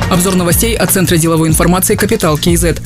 Обзор новостей от Центра деловой информации «Капитал КИЗ».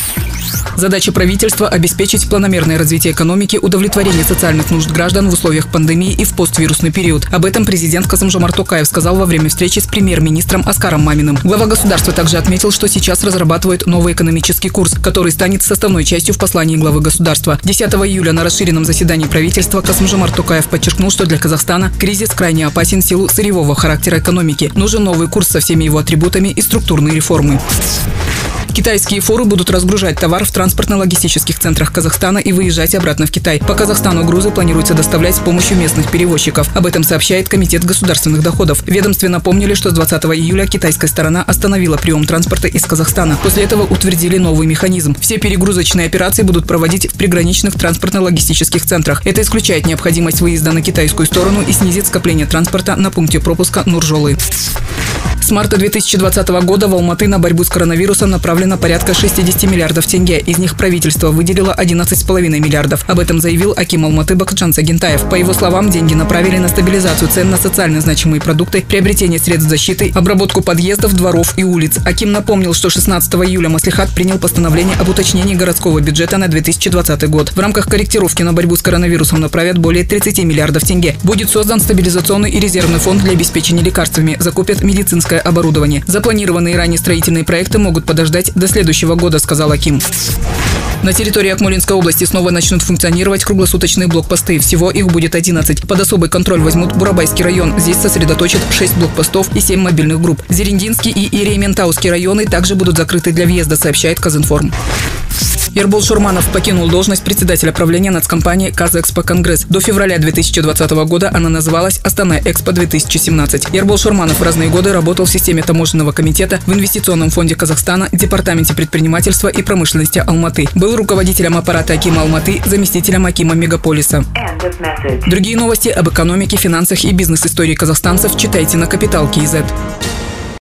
Задача правительства – обеспечить планомерное развитие экономики, удовлетворение социальных нужд граждан в условиях пандемии и в поствирусный период. Об этом президент Касым-Жомарт Токаев сказал во время встречи с премьер-министром Оскаром Маминым. Глава государства также отметил, что сейчас разрабатывают новый экономический курс, который станет составной частью в послании главы государства. 10 июля на расширенном заседании правительства Касым-Жомарт Токаев подчеркнул, что для Казахстана кризис крайне опасен в силу сырьевого характера экономики. Нужен новый курс со всеми его атрибутами и структурные реформы. Китайские фуры будут разгружать товар в транспортно-логистических центрах Казахстана и выезжать обратно в Китай. По Казахстану грузы планируется доставлять с помощью местных перевозчиков. Об этом сообщает Комитет государственных доходов. В ведомстве напомнили, что с 20 июля китайская сторона остановила прием транспорта из Казахстана. После этого утвердили новый механизм. Все перегрузочные операции будут проводить в приграничных транспортно-логистических центрах. Это исключает необходимость выезда на китайскую сторону и снизит скопление транспорта на пункте пропуска Нуржолы. С марта 2020 года в Алматы на борьбу с коронавирусом направлено порядка 60 миллиардов тенге. Из них правительство выделило 11,5 миллиардов. Об этом заявил аким Алматы Бакытжан Сагентаев. По его словам, деньги направили на стабилизацию цен на социально значимые продукты, приобретение средств защиты, обработку подъездов, дворов и улиц. Аким напомнил, что 16 июля Маслихат принял постановление об уточнении городского бюджета на 2020 год. В рамках корректировки на борьбу с коронавирусом направят более 30 миллиардов тенге. Будет создан стабилизационный и резервный фонд для обеспечения лекарствами. Закупят медицинское оборудование. Запланированные ранее строительные проекты могут подождать до следующего года, сказал аким. На территории Акмолинской области снова начнут функционировать круглосуточные блокпосты. Всего их будет 11. Под особый контроль возьмут Бурабайский район. Здесь сосредоточат 6 блокпостов и 7 мобильных групп. Зерендинский и Ерейментауский районы также будут закрыты для въезда, сообщает Казинформ. Ербол Шурманов покинул должность председателя правления нацкомпании «Казэкспо-Конгресс». До февраля 2020 года она называлась «Астана-Экспо-2017». Ербол Шурманов в разные годы работал в системе таможенного комитета, в Инвестиционном фонде Казахстана, Департаменте предпринимательства и промышленности Алматы. Был руководителем аппарата акима Алматы, заместителем акима мегаполиса. Другие новости об экономике, финансах и бизнес-истории казахстанцев читайте на Капитал КИЗ.